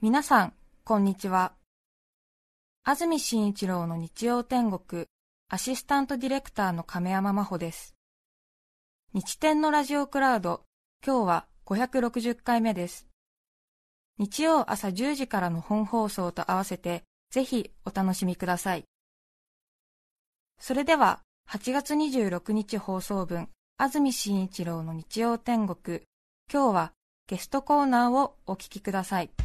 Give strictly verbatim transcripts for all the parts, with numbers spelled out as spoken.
皆さん、こんにちは。安住紳一郎の日曜天国、アシスタントディレクターの亀山真帆です。日天のラジオクラウド、今日はごひゃくろくじゅっかいめです。日曜朝じゅうじからの本放送と合わせて、ぜひお楽しみください。それでは、はちがつにじゅうろくにち放送分、安住紳一郎の日曜天国、今日はゲストコーナーをお聞きください。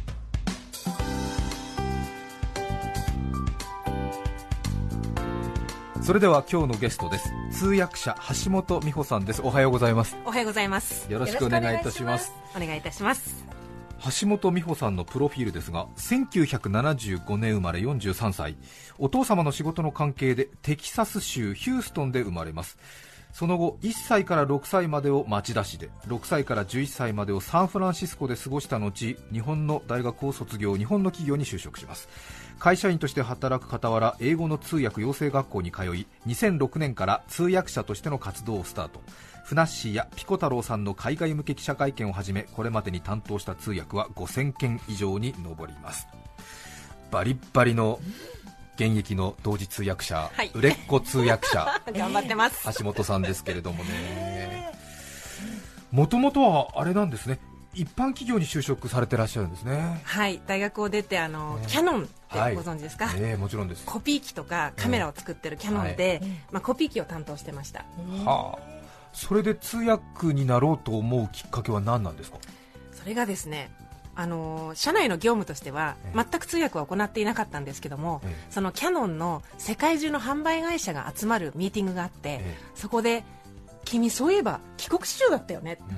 それでは今日のゲストです。通訳者橋本美穂さんです。おはようございます。 おはようございます。 よろしくお願いいたします。 お願いいたします。 橋本美穂さんのプロフィールですが、せんきゅうひゃくななじゅうごねん生まれよんじゅうさんさい、お父様の仕事の関係でテキサス州ヒューストンで生まれます。その後いっさいからろくさいまでを町田市で、ろくさいからじゅういっさいまでをサンフランシスコで過ごした後、日本の大学を卒業、日本の企業に就職します。会社員として働く傍ら、英語の通訳養成学校に通い、にせんろくねんから通訳者としての活動をスタート。ふなっしーやピコ太郎さんの海外向け記者会見をはじめ、これまでに担当した通訳はごせんけん以上に上ります。バリッバリの現役の同時通訳者、はい、売れっ子通訳者頑張ってます橋本さんですけれどもね、もともとはあれなんですね、一般企業に就職されてらっしゃるんですね。 はい、大学を出てあの、ね、キャノンってご存知ですか？はい、 えー、もちろんです。 コピー機とかカメラを作ってるキャノンで、えーはい、まあ、コピー機を担当してました。 はあ、それで通訳になろうと思うきっかけは何なんですか？ それがですね、あの社内の業務としては全く通訳は行っていなかったんですけども、ええ、そのキャノンの世界中の販売会社が集まるミーティングがあって、ええ、そこで君そういえば帰国子女だったよね、うん、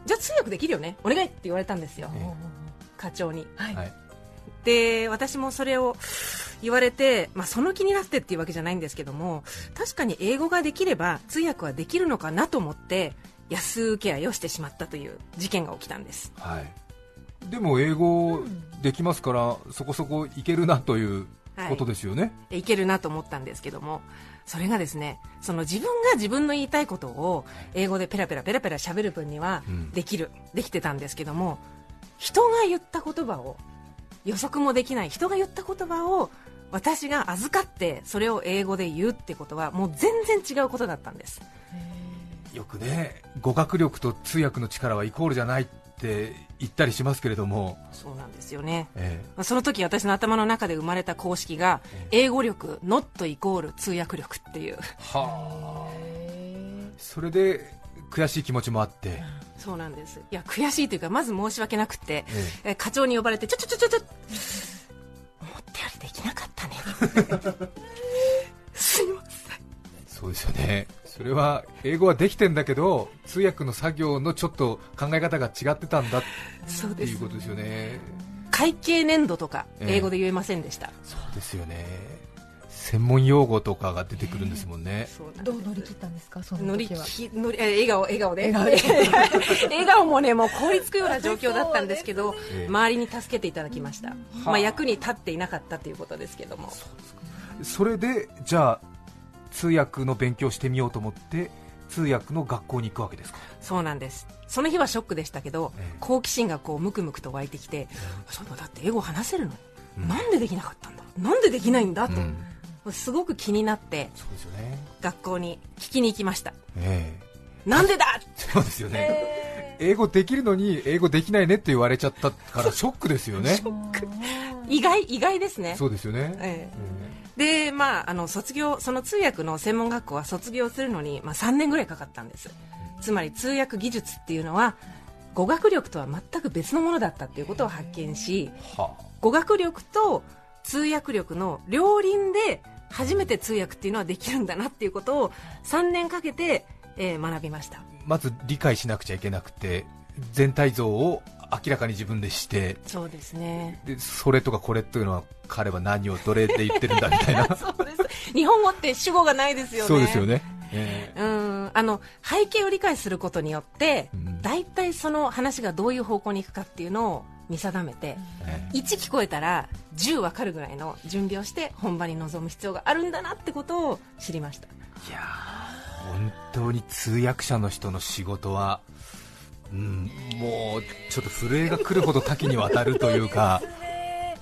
じゃあ通訳できるよね、お願いって言われたんですよ、ええ、課長に、はいはい、で私もそれを言われて、まあ、その気になってっていうわけじゃないんですけども、確かに英語ができれば通訳はできるのかなと思って安請け合いをしてしまったという事件が起きたんです、 はい。でも英語できますから、うん、そこそこいけるなということですよね、 はい、いけるなと思ったんですけども、それがですね、その自分が自分の言いたいことを英語でペラペラペラペラ喋る分にはできる、うん、できてたんですけども、人が言った言葉を予測もできない人が言った言葉を私が預かってそれを英語で言うってことはもう全然違うことだったんです。 よくね、語学力と通訳の力はイコールじゃないって言ったりしますけれども、 そうなんですよね、 ええ、 その時私の頭の中で生まれた公式が、ええ、英語力 not イコール通訳力っていう、 はあ、それで悔しい気持ちもあって、 そうなんです。いや悔しいというか、まず申し訳なくて、ええ、課長に呼ばれてちょちょちょちょちょ思ったよりできなかったねすいません。 そうですよね、それは英語はできてんだけど通訳の作業のちょっと考え方が違ってたんだっていうことですよね。 会計年度とか英語で言えませんでした、 えー、そうですよね。専門用語とかが出てくるんですもんね、 えー、どう乗り切ったんですか？その時は乗りき乗り笑顔笑顔で笑顔もね、もう凍りつくような状況だったんですけど、えー、周りに助けていただきました、まあ、役に立っていなかったということですけども、 そうですか。それでじゃあ通訳の勉強してみようと思って通訳の学校に行くわけですか？ そうなんです。その日はショックでしたけど、ええ、好奇心がこうムクムクと湧いてきて、ええ、そうだって英語話せるの、うん、なんでできなかったんだ、なんでできないんだと、うん、すごく気になって、 そうですよね、 学校に聞きに行きました、 ええ、なんでだそうですよね、えー、英語できるのに英語できないねって言われちゃったからショックですよねショック、意外意外ですね。 そうですよね、 えーでまあ、あの卒業その通訳の専門学校は卒業するのに、まあ、さんねんぐらいかかったんです。つまり通訳技術っていうのは語学力とは全く別のものだったっていうことを発見し、はあ、語学力と通訳力の両輪で初めて通訳っていうのはできるんだなっていうことをさんねんかけて、えー、学びました。 まず理解しなくちゃいけなくて、全体像を明らかに自分でして、 そうですね、 でそれとかこれというのは彼は何をどれで言ってるんだみたいなそうです。日本語って主語がないですよね。 そうですよね、えー、 うんあの背景を理解することによってだいたいその話がどういう方向に行くかっていうのを見定めて、えー、いち聞こえたらじゅう分かるぐらいの準備をして本番に臨む必要があるんだなってことを知りました。 いや本当に通訳者の人の仕事はうん、もうちょっと震えが来るほど多岐にわたるというか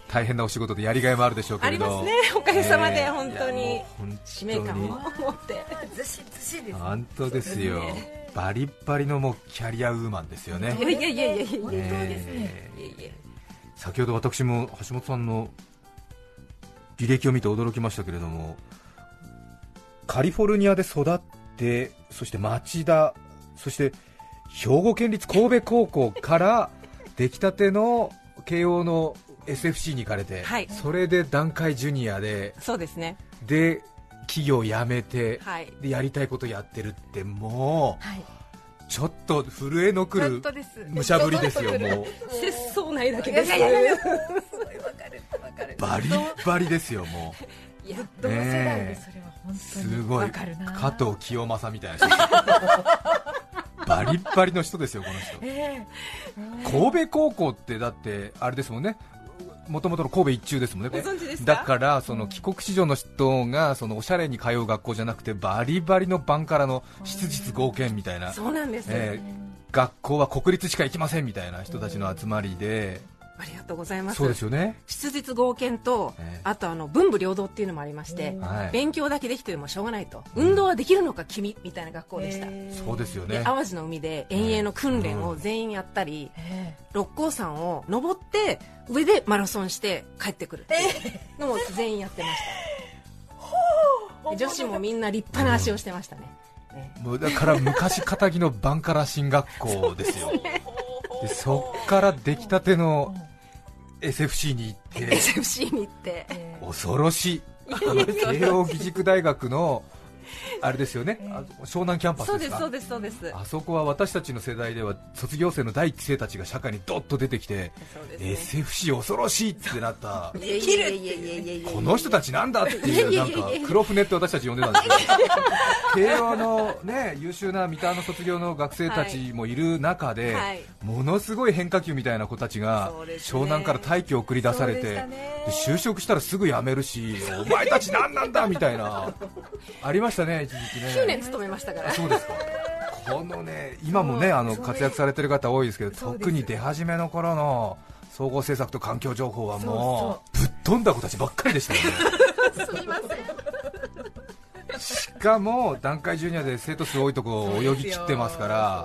大変なお仕事でやりがいもあるでしょうけれど、 ありますね、おかげさまで、 えー本当に本使命感を持ってずしずしです。 本当ですよ、バリッバリのもうキャリアウーマンですよね。 いやいやいやいやいや、本当ですね、 えーいやいや、 先ほど私も橋本さんの履歴を見て驚きましたけれども、カリフォルニアで育って、そして町田、そして兵庫県立神戸高校から出来たての慶応の エスエフシー に行かれて、 はい、 それで団塊ジュニアで、 そうですね、 で企業を辞めて、 はい、 でやりたいことやってるって、もう、 はい、 ちょっと震えのくる武者ぶりですよ。もう節操ないだけです。 いやいやいや、わかるわかる。 バリッバリですよ、もう。 いや、 同世代でそれは本当すにごい、 わかるな。 加藤清正みたいな人バリッバリの人ですよ、この人。 えー、 神戸高校ってだってあれですもんね、もともとの神戸一中ですもんね。 ご存知ですか？ だからその帰国子女の人がそのおしゃれに通う学校じゃなくて、バリバリのバンカラの質実剛健みたいな、 そうなんです、 えー、学校は国立しか行きませんみたいな人たちの集まりで、 ありがとうございます。 そうですよね、 質実剛健と、 えー、 あとあの文武両道っていうのもありまして、 はい、 勉強だけできてもしょうがないと、運動はできるのか君みたいな学校でした。 そうですよね。 で、淡路の海で遠泳の訓練を全員やったり、えー、六甲山を登って上でマラソンして帰ってくるっていうのも全員やってました。女子もみんな立派な足をしてましたね。 うん、もうだから昔かたぎのバンカラ進学校ですよ。でそっから出来たての エスエフシー に行ってエスエフシー に行って恐ろしい、慶応義塾大学のあれですよね、湘南キャンパスですか。 そうですそうですそうです。 あそこは私たちの世代では卒業生の第一期生たちが社会にドッと出てきて、ね、エスエフシー 恐ろしいってなったこの人たちなんだっていう、なんか黒船って私たち呼んでたんですけど慶応の、ね、優秀な三田の卒業の学生たちもいる中で、はい、ものすごい変化球みたいな子たちが、ね、湘南から大気を送り出されて、で就職したらすぐ辞めるしお前たち何なんだみたいなありましたね、一時期ね。 きゅうねん勤めましたから。 そうですか。このね、今もね、あの活躍されてる方多いですけど、特に出始めの頃の総合政策と環境情報はもうぶっ飛んだ子たちばっかりでしたよね。 すみません。 しかも団塊ジュニアで生徒数多いとこを泳ぎ切ってますから、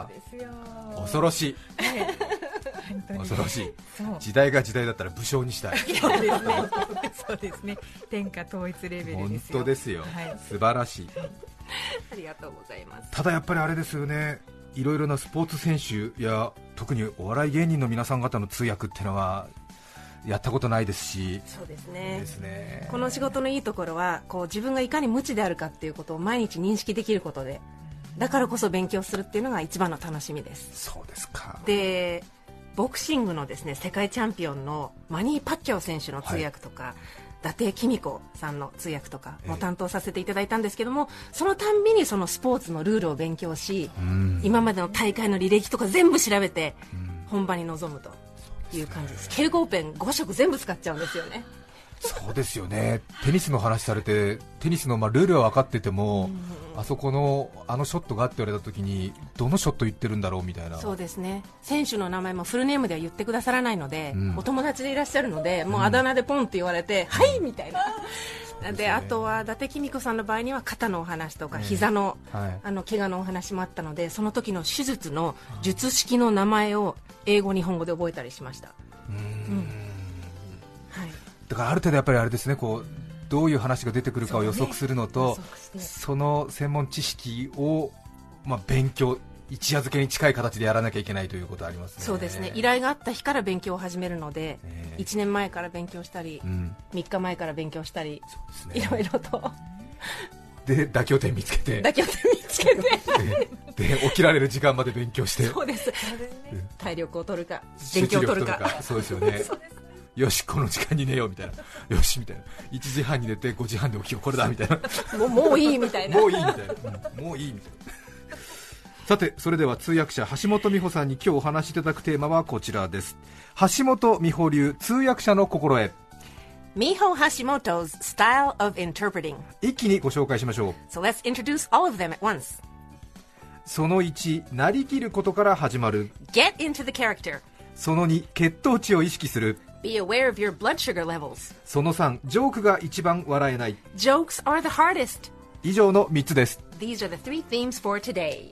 恐ろしい。恐ろしい。時代が時代だったら武将にしたい。 そうですね。そうですね。天下統一レベルですよ。 本当ですよ。はい、素晴らしい。 ありがとうございます。 ただやっぱりあれですよね。いろいろなスポーツ選手や特にお笑い芸人の皆さん方の通訳っていうのはやったことないですし。 そうですね。 ですね。 この仕事のいいところはこう自分がいかに無知であるかっていうことを毎日認識できることで、だからこそ勉強するっていうのが一番の楽しみです。 そうですか。 でボクシングのですね世界チャンピオンのマニー・パッキャオ選手の通訳とか、はい、伊達公子さんの通訳とかも担当させていただいたんですけども、えー、そのたんびにそのスポーツのルールを勉強し、今までの大会の履歴とか全部調べて本番に臨むという感じです。蛍光ペンご色全部使っちゃうんですよね。 そうですよね。テニスの話されて、テニスのまあルールは分かってても、あそこのあのショットがって言われた時にどのショット言ってるんだろうみたいな。 そうですね。選手の名前もフルネームでは言ってくださらないので、うん、お友達でいらっしゃるので、もうあだ名でポンって言われて、うん、はいみたいな。で, で、ね、あとは伊達公子さんの場合には肩のお話とか、ね、膝の、はい、あの怪我のお話もあったので、その時の手術の術式の名前を英語日本語で覚えたりしました。うん、うんだからある程度やっぱりあれですね、こうどういう話が出てくるかを予測するのと、 そ,、ね、その専門知識を、まあ、勉強一夜漬けに近い形でやらなきゃいけないということはありますね。 そうですね。依頼があった日から勉強を始めるので、えー、いちねんまえから勉強したり、うん、みっかまえから勉強したり、そうですね、いろいろとで妥協点見つけて妥協点見つけてで, で起きられる時間まで勉強して、 そうです、体力を取るか勉強を取るか、 そうですよね。よしこの時間に寝ようみたいな、よしみたいな、いちじはんに寝てごじはんで起きようこれだみたいなもうもういいみたいなもういいみたいな、うん、もういいみたいなさてそれでは通訳者橋本美穂さんに今日お話しいただくテーマはこちらです。橋本美穂流通訳者の心得。 Miho Hashimoto's style of interpreting。 一気にご紹介しましょう。 So let's introduce all of them at once。 そのいち、なりきることから始まる。 Get into the character。 そのに、血糖値を意識する。 Be aware of your blood sugar levels. そのさん、ジョークが一番笑えない。 Jokes are the hardest. 以上のみっつです。 These are the three themes for today.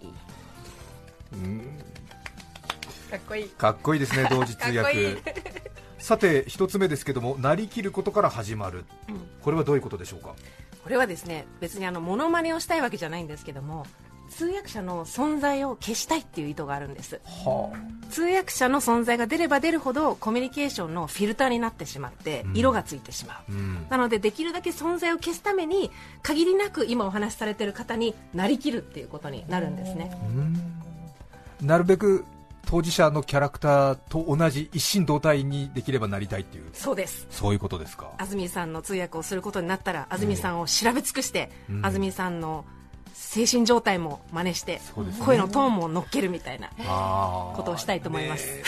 かっこいい。 かっこいいですね、同時通訳。さて一つ目ですけども、なりきることから始まる、うん、これはどういうことでしょうか。 これはですね、別にあのモノマネをしたいわけじゃないんですけども、通訳者の存在を消したいっていう意図があるんです、はあ、通訳者の存在が出れば出るほどコミュニケーションのフィルターになってしまって色がついてしまう、うん、なのでできるだけ存在を消すために限りなく今お話しされている方になりきるっていうことになるんですね。 うん、なるべく当事者のキャラクターと同じ一心同体にできればなりたいっていう。 そうです。 そういうことですか。 安住さんの通訳をすることになったら、安住さんを調べ尽くして、うん、安住さんの精神状態も真似して、ね、声のトーンも乗っけるみたいなことをしたいと思います、ね、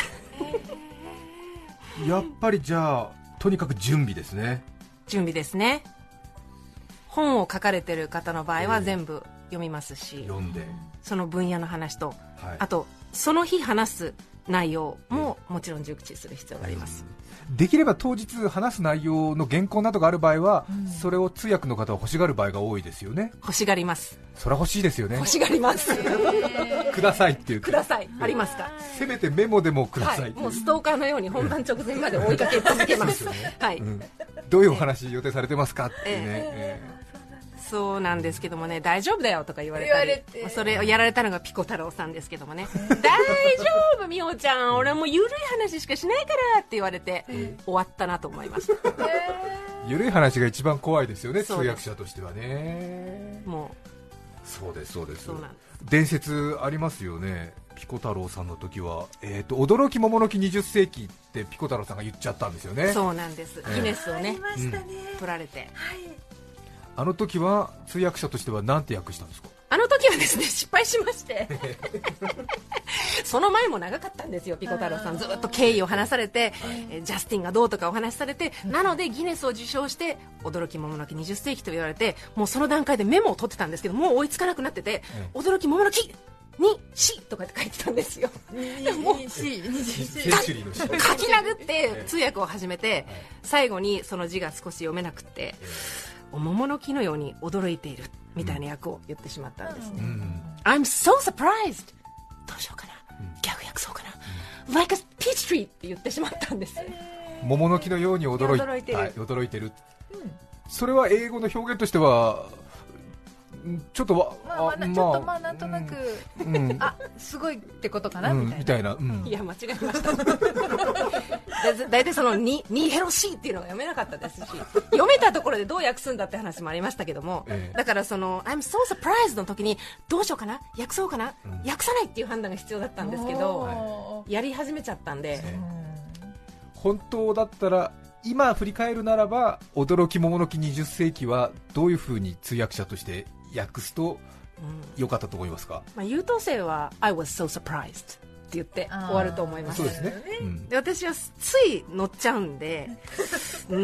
やっぱりじゃあとにかく準備ですね。 準備ですね。本を書かれてる方の場合は全部読みますし、 読んでその分野の話と、 はい、 あとその日話す内容ももちろん熟知する必要があります、 うん、できれば当日話す内容の原稿などがある場合は、うん、それを通訳の方は欲しがる場合が多いですよね。 欲しがります。 それは欲しいですよね。 欲しがりますくださいっていうください、ありますか。 せめてメモでもください、はい、 もうストーカーのように本番直前まで追いかけ続けます、ね、はい、 うん、どういうお話予定されてますかってね、 えーえーそうなんですけどもね、大丈夫だよとか言われたり、それをやられたのがピコ太郎さんですけどもね大丈夫美穂ちゃん、俺はもうゆるい話しかしないからって言われて、うん、終わったなと思いました。 ゆるい話が一番怖いですよね、通訳者としてはね。 もうそうですそうです。 そうなんです。 伝説ありますよね。ピコ太郎さんの時は、えー、と驚き桃の木にじゅっ世紀ってピコ太郎さんが言っちゃったんですよね。 そうなんです、ギネスをね、 ありましたね、 うん、取られて、はい、 あの時は通訳者としては何て訳したんですか。 あの時はですね、失敗しましてその前も長かったんですよ。ピコ太郎さんずっと経緯を話されて、えジャスティンがどうとかお話しされて、なのでギネスを受賞して驚き桃の木にじゅっ世紀と言われて、もうその段階でメモを取ってたんですけど、もう追いつかなくなってて、驚き桃の木にしとかって書いてたんですよ。でも書き殴って通訳を始めて、最後にその字が少し読めなくて、お桃の木のように驚いているみたいな役を言ってしまったんですね、うん、I'm so surprised どうしようかな、うん、逆訳そうかな、うん、like a peach tree って言ってしまったんです、 えー、桃の木のように驚い、驚いてる、はい、驚いてる、うん、それは英語の表現としてはちょっとわ、 まあまあまあ、ちょっとまあなんとなく、うん、あ、すごいってことかな、うん、みたいな、 うん、いや間違えましただいたいそのにヘロシーっていうのが読めなかったですし、読めたところでどう訳すんだって話もありましたけども、ええ、だからその I'm so surprised の時にどうしようかな、訳そうかな、うん、訳さないっていう判断が必要だったんですけど、やり始めちゃったんで、ええ、本当だったら今振り返るならば驚き桃の木にじゅっ世紀はどういう風に通訳者として訳すと良かったと思いますか。 うん、まあ、優等生は I was so surprised って言って終わると思います。 そうですね、うん、 で私はつい乗っちゃうんでうん、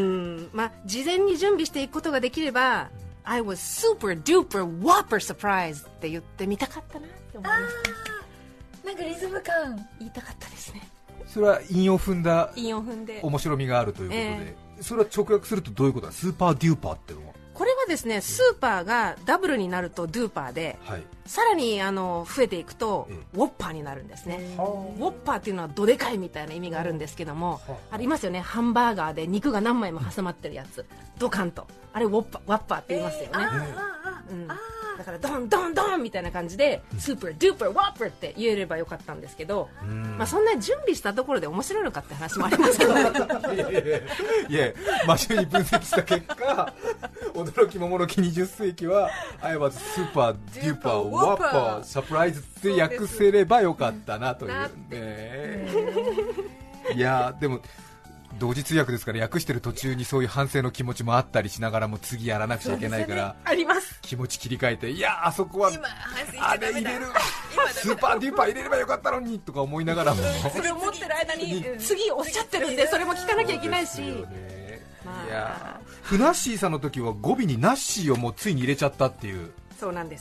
まあ、事前に準備していくことができれば I was super duper whopper surprised って言ってみたかったなって思いました。 なんかリズム感言いたかったですね。 それは韻を踏んだ韻を踏んで面白みがあるということで、えー、それは直訳するとどういうことだ。スーパーデューパーっていうのはこれはですね、スーパーがダブルになるとドゥーパーで、はい、さらにあの増えていくとウォッパーになるんですね。ウォッパーっていうのはどでかいみたいな意味があるんですけども、ありますよね、ハンバーガーで肉が何枚も挟まってるやつ、ドカンと、あれウォッパー、ワッパーって言いますよね、えーうん、だからドンドンドンみたいな感じでスーパードゥーパーワッパーって言えればよかったんですけど、まあ、そんな準備したところで面白いのかって話もありますけどいやいや真面目に分析した結果驚き桃の木にじゅっ世紀は I was super duper whopper surprise って訳せればよかったなというね。いやでも同時通訳ですから訳してる途中にそういう反省の気持ちもあったりしながらも次やらなくちゃいけないから、ね、 あります気持ち切り替えて、いやあそこはあれ入れるスーパーデューパー入れればよかったのにとか思いながらもそれを持ってる間に次おっしゃってるんでそれも聞かなきゃいけないし、 まあ、いやフナッシーさんの時は語尾にナッシーをもうついに入れちゃったっていう。 そうなんです。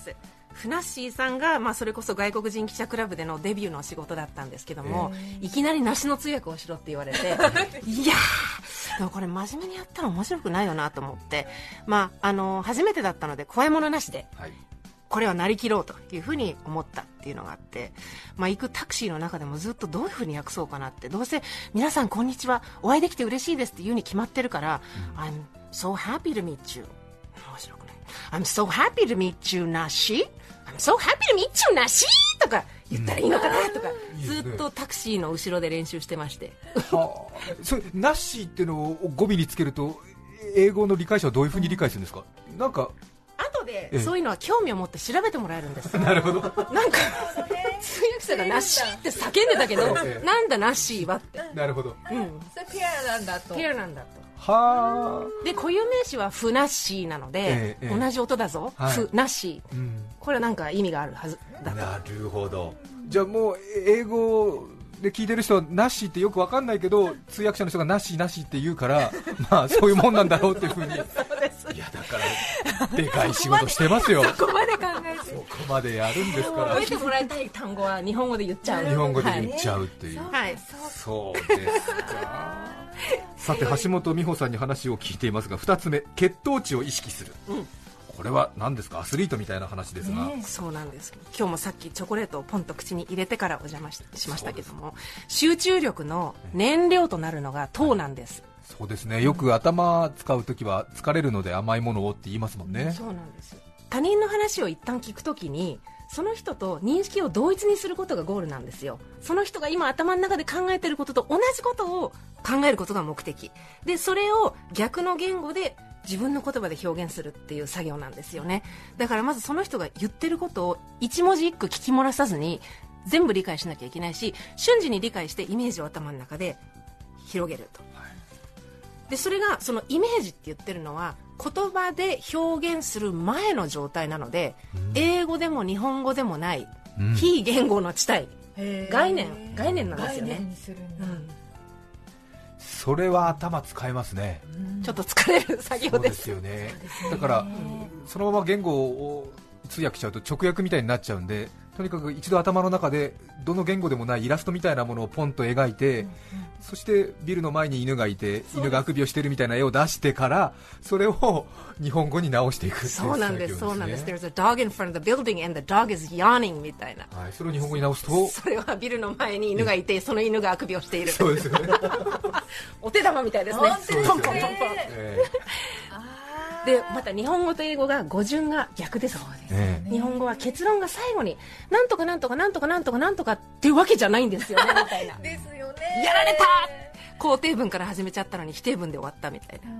ふなっしーさんが、まあ、それこそ外国人記者クラブでのデビューの仕事だったんですけども、いきなり梨の通訳をしろって言われていやーでもこれ真面目にやったら面白くないよなと思って、まあ、あの初めてだったので怖いものなしで、はい、これはなりきろうというふうに思ったっていうのがあって、まあ、行くタクシーの中でもずっとどういうふうに訳そうかなって、どうせ皆さんこんにちはお会いできて嬉しいですって言うに決まってるから、うん、I'm so happy to meet you 面白くない I'm so happy to meet you なしI'm so happy to meet you なしとか言ったらいいのかなとか、うん、ずっとタクシーの後ろで練習してましてはあ、それなしっていうのを語尾につけると英語の理解者はどういうふうに理解するんですか？なんか後でそういうのは興味を持って調べてもらえるんですよ。 なるほど。 なんか通訳者がなしって叫んでたけど、なんだなしはって。 なるほど、 うん、それペアなんだとペアなんだと。 はあ。 で固有名詞はふなっしーなので、ええ、同じ音だぞ、はい、ふなっしー、うん、これはなんか意味があるはずだと。 なるほど。じゃあもう英語で聞いてる人はなしってよく分かんないけど通訳者の人がなしなしって言うからまあそういうもんなんだろうっていうふうにそうです。いやだからでかい仕事してますよ。 そこまで考えてそこまでやるんですから覚えてもらいたい単語は日本語で言っちゃう。 日本語で言っちゃうっていう、 はい、 そうですか。さて橋本美穂さんに話を聞いていますが、ふたつめ血糖値を意識する、うん、これは何ですか？アスリートみたいな話ですが、 ね、そうなんです。今日もさっきチョコレートをポンと口に入れてからお邪魔 し, しましたけども、集中力の燃料となるのが糖なんです、 はい、そうですね。よく頭使うときは疲れるので甘いものをって言いますもんね、 うん、そうなんです。他人の話を一旦聞くときにその人と認識を同一にすることがゴールなんですよ。その人が今頭の中で考えていることと同じことを考えることが目的で、それを逆の言語で自分の言葉で表現するっていう作業なんですよね。だからまずその人が言ってることを一文字一句聞き漏らさずに全部理解しなきゃいけないし、瞬時に理解してイメージを頭の中で広げると、はい、でそれがそのイメージって言ってるのは言葉で表現する前の状態なので、うん、英語でも日本語でもない、うん、非言語の地帯、概念概念なんですよね。概念にするんだ、うん、 それは頭使えますね。 ちょっと疲れる作業です。 そうですよね。だからそのまま言語を通訳しちゃうと直訳みたいになっちゃうんで、とにかく一度頭の中でどの言語でもないイラストみたいなものをポンと描いて、うんうん、そしてビルの前に犬がいて犬があくびをしているみたいな絵を出してからそれを日本語に直していくっていう作業ですね。 そうなんです、そうなんです。 There's a dog in front of the building and the dog is yawning みたいな、 はい、それを日本語に直すとそれはビルの前に犬がいてその犬があくびをしている。 そうですよねお手玉みたいですね。ポンポンポンポン、えー、でまた日本語と英語が語順が逆です。そうですね、日本語は結論が最後になんとかなんとかなんとかなんとかなんとかっていうわけじゃないんですよねみたいなですよね。 やられた肯定文から始めちゃったのに否定文で終わったみたいな、うん、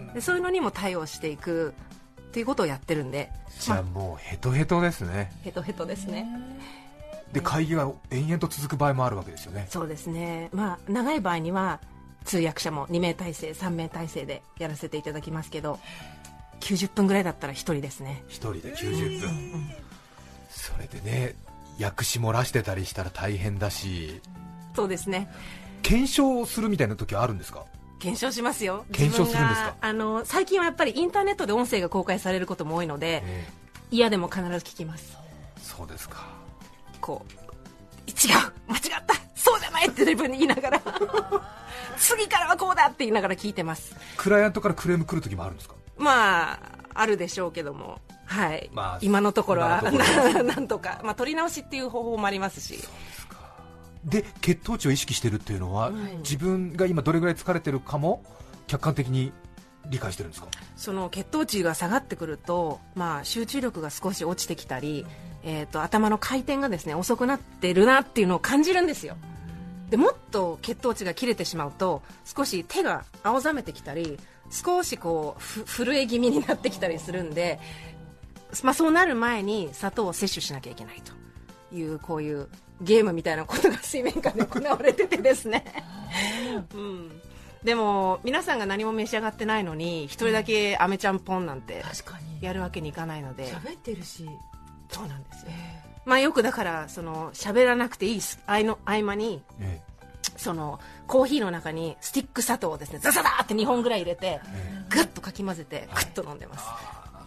でそういうのにも対応していくっていうことをやってるんで、 じゃあもうヘトヘトですね。 ヘトヘトですね。 で会議が延々と続く場合もあるわけですよね。 そうですね、まあ、長い場合には通訳者もに名体制さん名体制でやらせていただきますけど、きゅうじゅっぷんぐらいだったらひとりですね。 ひとりできゅうじゅっぷん、うん、それでね訳し漏らしてたりしたら大変だし。 そうですね。 検証するみたいな時はあるんですか？ 検証しますよ。 検証するんですか？ あの最近はやっぱりインターネットで音声が公開されることも多いので、えー、嫌でも必ず聞きます。 そうですか。 こう違う間違ったそうじゃないって自分に言いながら次からはこうだって言いながら聞いてます。 クライアントからクレーム来る時もあるんですか？ まああるでしょうけども、はい、まあ、今のところはなんとか、まあ、取り直しっていう方法もありますし。 そうですか。で血糖値を意識してるっていうのは、うん、自分が今どれぐらい疲れてるかも客観的に理解してるんですか？ その血糖値が下がってくると、まあ、集中力が少し落ちてきたり、うん、えーと、頭の回転がですね遅くなってるなっていうのを感じるんですよ。でもっと血糖値が切れてしまうと少し手が青ざめてきたり少しこうふ震え気味になってきたりするんで、まあ、そうなる前に砂糖を摂取しなきゃいけないというこういうゲームみたいなことが水面下で行われててですね、うん、でも皆さんが何も召し上がってないのに一人だけアメちゃんポンなんてやるわけにいかないので。 喋ってるし。 そうなんですよ、えーまあ、よくだからその喋らなくていい合の合間に、えー、そのコーヒーの中にスティック砂糖をですねザザザーってにほんぐらい入れて、えー、グッとかき混ぜてグッと飲んでます。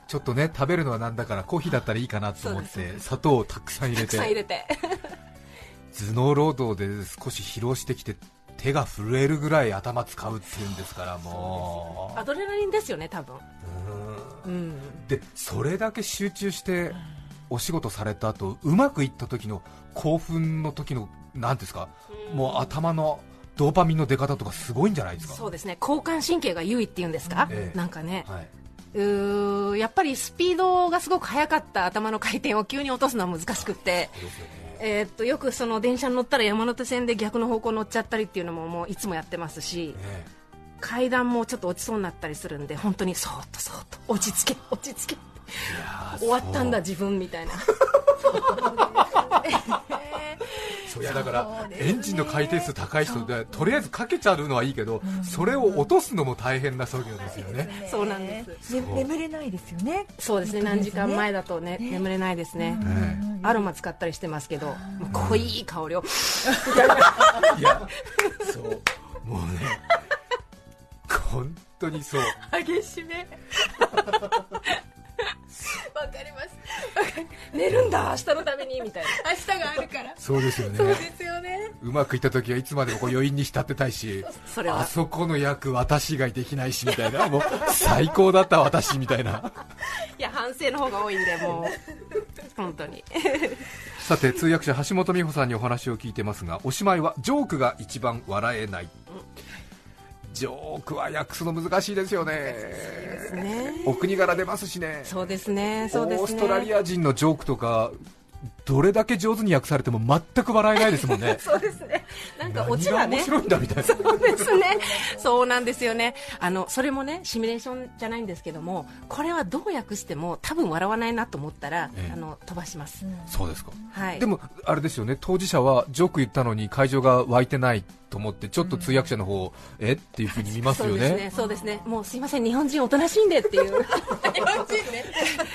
ちょっとね食べるのはなんだからコーヒーだったらいいかなと思って砂糖をたくさん入れて、 たくさん入れて頭脳労働で少し疲労してきて手が震えるぐらい頭使うっていうんですから、もうアドレナリンですよね多分。 うん、 うん、 でそれだけ集中してお仕事された後うまくいった時の興奮の時のなんですか、もう頭のドーパミンの出方とかすごいんじゃないですか。 そうですね、交感神経が優位っていうんですか、 ええ、 なんかね、 はい、 うーやっぱりスピードがすごく速かった頭の回転を急に落とすのは難しくって、 そうですよね。 えー、っとよくその電車に乗ったら山手線で逆の方向乗っちゃったりっていうのももういつもやってますし、 ええ、 階段もちょっと落ちそうになったりするんで、本当にそーっとそーっと落ち着け落ち着け、 いや終わったんだ自分みたいなそういやだからエンジンの回転数高い人でとりあえずかけちゃうのはいいけど、それを落とすのも大変な作業ですよね。 そうなんです、 ね、眠れないですよね。 そうですね、何時間前だとね、ね眠れないですね、ね、アロマ使ったりしてますけど、もう濃い香りをいやそうもうね本当にそう激しめわかります。寝るんだ明日のためにみたいな、明日があるから。 そうですよね。 そうですよね。 うまくいった時はいつまでもこう余韻に浸ってたいし、それはあそこの役私以外できないしみたいな、もう最高だった私みたいな。 いや反省の方が多いんでもう本当に。 さて通訳者橋本美穂さんにお話を聞いてますが、おしまいはジョークが一番笑えない、うん、ジョークは訳すの難しいですよ ね, ですね。お国柄出ますしね。 そうですね、そうですね。 オーストラリア人のジョークとかどれだけ上手に訳されても全く笑えないですもんね。 そうですね。なんかオチはね。 何が面白いんだみたいな。 そうですね。そうなんですよね。あのそれもねシミュレーションじゃないんですけども、これはどう訳しても多分笑わないなと思ったら、ええ、あの飛ばします。 そうですか。 はい。 でもあれですよね。当事者はジョーク言ったのに会場が湧いてないと思ってちょっと通訳者の方、うん、えっていう風に見ますよね。そうですね。 そうですね。もうすいません日本人おとなしいんでっていう。日本人ね。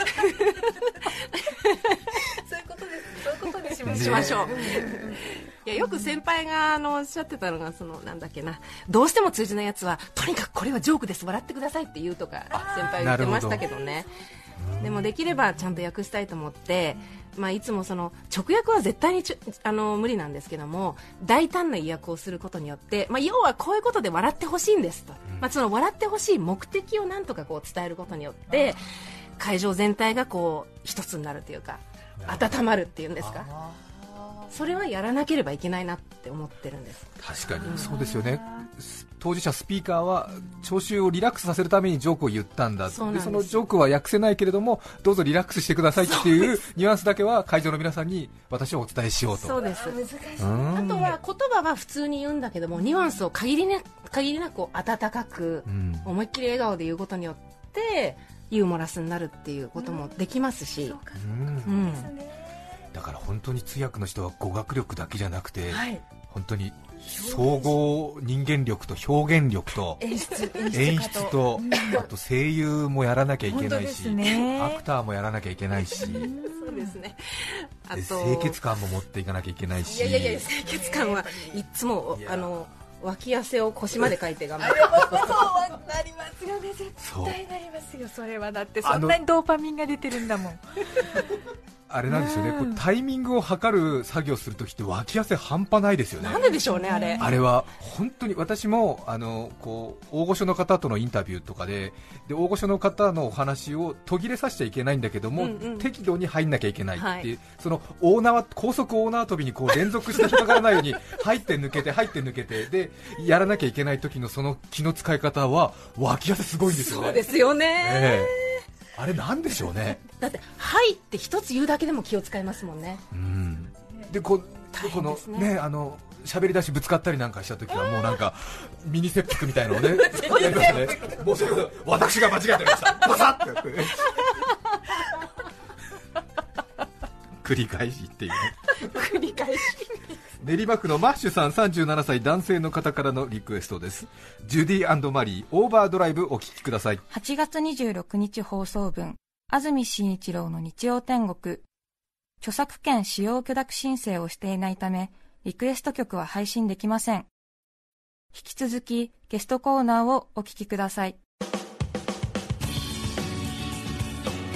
そういうことです。そういうことにしましょう。しましょう。いやよく先輩があのおっしゃってたのが、そのなんだっけな、どうしても通じないやつはとにかくこれはジョークです笑ってくださいって言うとか先輩言ってましたけどね。でもできればちゃんと訳したいと思って、まあ、いつもその直訳は絶対にちあの無理なんですけども、大胆な意訳をすることによって、まあ、要はこういうことで笑ってほしいんですと、まあ、その笑ってほしい目的をなんとかこう伝えることによって会場全体がこう一つになるというか温まるっていうんですか、それはやらなければいけないなって思ってるんです。 確かにそうですよね。当事者スピーカーは聴衆をリラックスさせるためにジョークを言ったんだ。そでそのジョークは訳せないけれどもどうぞリラックスしてくださいっていうニュアンスだけは会場の皆さんに私はお伝えしようと。 そうです。難しい。あとは言葉は普通に言うんだけどもニュアンスを限りな限りなく温かく、うん、思いっきり笑顔で言うことによってユーモラスになるっていうこともできますし、うんうん、 だから本当に通訳の人は語学力だけじゃなくて、はい、本当に総合人間力と表現力と演出、 演出とあと声優もやらなきゃいけないし、ね、アクターもやらなきゃいけないし、そうですね。 あと清潔感も持っていかなきゃいけないし、 いやいやいや清潔感はいつもあの脇汗を腰までかいて頑張る。 そうなりますよね、絶対なりますよ。それはだってそんなにドーパミンが出てるんだもん。 あれなんですよね、こうタイミングを測る作業するときって脇汗半端ないですよね。 なんででしょうねあれ。 あれは本当に私もあのこう大御所の方とのインタビューとか で, で大御所の方のお話を途切れさせちゃいけないんだけども、うんうん、適度に入んなきゃいけないっていう、はい、その大縄高速大縄跳びにこう連続して引っかからないように入って抜けて入って抜けてでやらなきゃいけない時のその気の使い方は脇汗すごいんですよね。 そうですよね、えー、あれなんでしょうね。 だって入って一つ言うだけでも気を使いますもんね。 うん、でここのねあの喋り出しぶつかったりなんかした時はもうなんかミニ切腹みたいなのをねやりましたね。もうそれ私が間違えておりましたバサッてやってね繰り返しっていうね繰り返し練馬区のマッシュさんさんじゅうななさい男性の方からのリクエストです。ジュディ&マリーオーバードライブお聞きください。 はちがつにじゅうろくにち放送分安住紳一郎の日曜天国。著作権使用許諾申請をしていないためリクエスト曲は配信できません。引き続きゲストコーナーをお聞きください。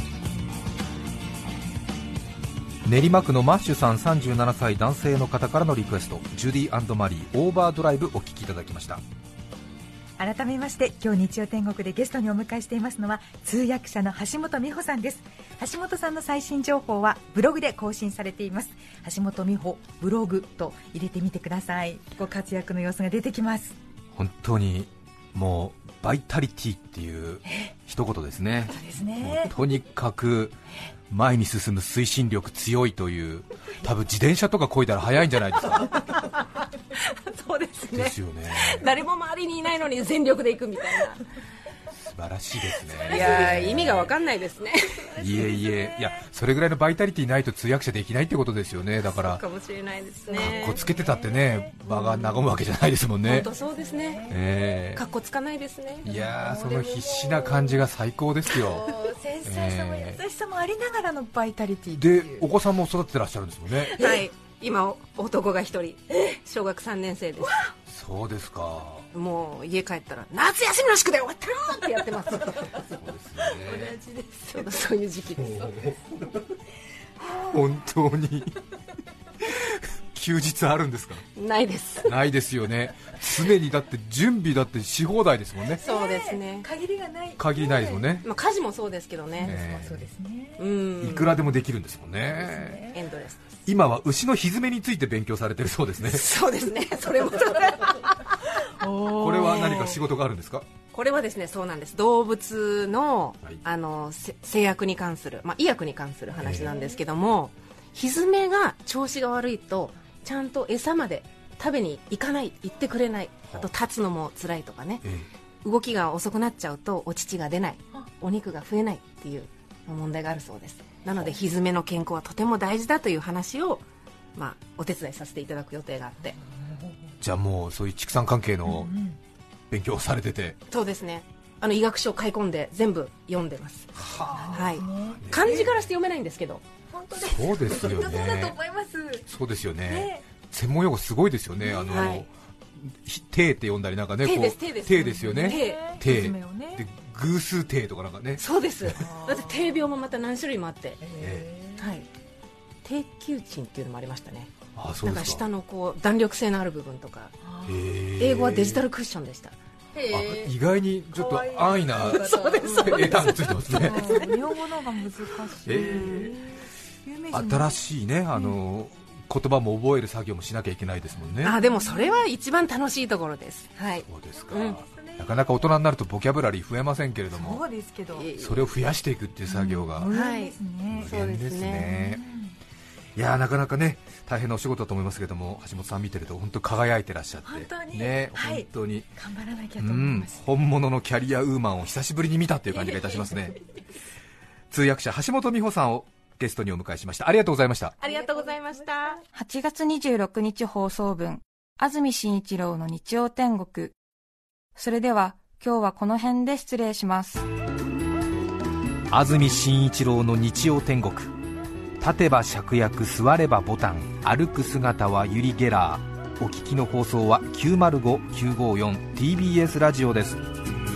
練馬区のマッシュさんさんじゅうななさい男性の方からのリクエスト、ジュディ&マリーオーバードライブお聴きいただきました。 改めまして今日日曜天国でゲストにお迎えしていますのは通訳者の橋本美穂さんです。橋本さんの最新情報はブログで更新されています。橋本美穂ブログと入れてみてください。ご活躍の様子が出てきます。 本当にもうバイタリティっていう一言ですね。 そうですね。 とにかく前に進む推進力強いという、多分自転車とか漕いだら速いんじゃないですか。 そうですね。 ですよね。 誰も周りにいないのに全力で行くみたいな。 素晴らしいですね。 いや意味が分かんないですね。 いえいえ、いやそれぐらいのバイタリティないと通訳者できないってことですよね。だからそうかもしれないですね。 かっこつけてたってね、場が和むわけじゃないですもんね。 本当そうですね、 えー、 かっこつかないですね。 いやその必死な感じが最高ですよ。 繊細さも優しさもありながらのバイタリティで、 お子さんも育ててらっしゃるんですもんね。 はい、今男が一人小学さんねん生です。 そうですか。 もう家帰ったら夏休みの宿題終わったろってやってます。そうですね。同じです。ちょうどそういう時期です。 本当に休日あるんですか？ ないです。 ないですよね。常にだって準備だってし放題ですもんね。 そうですね。 限りがない。 限りないですもんね。 まあ家事もそうですけどね。 えー、 そうですね。 うん。 いくらでもできるんですもんね。 エンドレスです。 今は牛のひづめについて勉強されてるそうですね。 そうですね。それも。 これは何か仕事があるんですか？ これはですね、そうなんです。動物の、 はい、 あの製薬に関する、まあ、医薬に関する話なんですけども、ひづめが調子が悪いとちゃんと餌まで食べに行かない、行ってくれない、あと立つのも辛いとかね、ええ、動きが遅くなっちゃうとお乳が出ない、お肉が増えないっていう問題があるそうです。なのでひづめの健康はとても大事だという話を、まあ、お手伝いさせていただく予定があって。 じゃあもうそういう畜産関係の勉強をされてて、 うん、そうですね。あの医学書を買い込んで全部読んでます。は、はい、漢字からして読めないんですけど。 本当です。 そうですよね。 そうだと思います。 そうですよね。ね、専門用語すごいですよね。あの、はい、手って読んだりなんかね、 手です、手です、 手ですよね。手、手、 ね、 で偶数手とかなんかね。 そうです。だって手病もまた何種類もあって、はい、低球鎮っていうのもありましたね。 ああ、そうですか。 なんか下のこう弾力性のある部分とか、英語はデジタルクッションでした。 あ、意外にちょっと安易な英単語ついてますね。 日本語の方が難しい。 えー、新しいね、あの、うん、言葉も覚える作業もしなきゃいけないですもんね。 あ、でもそれは一番楽しいところです。はい。 そうですか。うん、なかなか大人になるとボキャブラリー増えませんけれども、 そうですけど、 それを増やしていくっていう作業が、 うん、 はい、 無限ですね。いやー、なかなかね大変なお仕事だと思いますけども、橋本さん見てると本当輝いてらっしゃって、 本当にね、 はい、 本当に頑張らなきゃと思います、 うん、本物のキャリアウーマンを久しぶりに見たっていう感じがいたしますね。通訳者橋本美穂さんをゲストにお迎えしました。ありがとうございました。 ありがとうございました。 はちがつにじゅうろくにち放送分、安住紳一郎の日曜天国。それでは今日はこの辺で失礼します。 安住紳一郎の日曜天国、立てば芍薬、座ればボタン、歩く姿はユリ・ゲラー。お聞きの放送は きゅうまるご きゅうごよん ティービーエス ラジオです。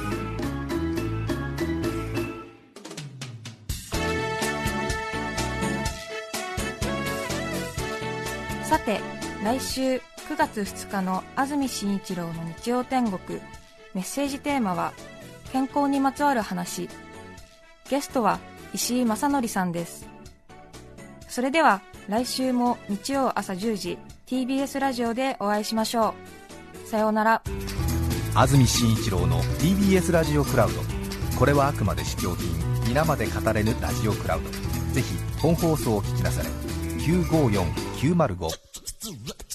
さて、来週くがつふつかの安住紳一郎の日曜天国、メッセージテーマは健康にまつわる話。ゲストは石井正則さんです。それでは来週も日曜朝じゅうじ ティービーエス ラジオでお会いしましょう。さようなら。 安住紳一郎の ティービーエス ラジオクラウド。これはあくまで試供品、皆まで語れぬラジオクラウド。ぜひ本放送を聞きなされ。きゅうごよん きゅうまるご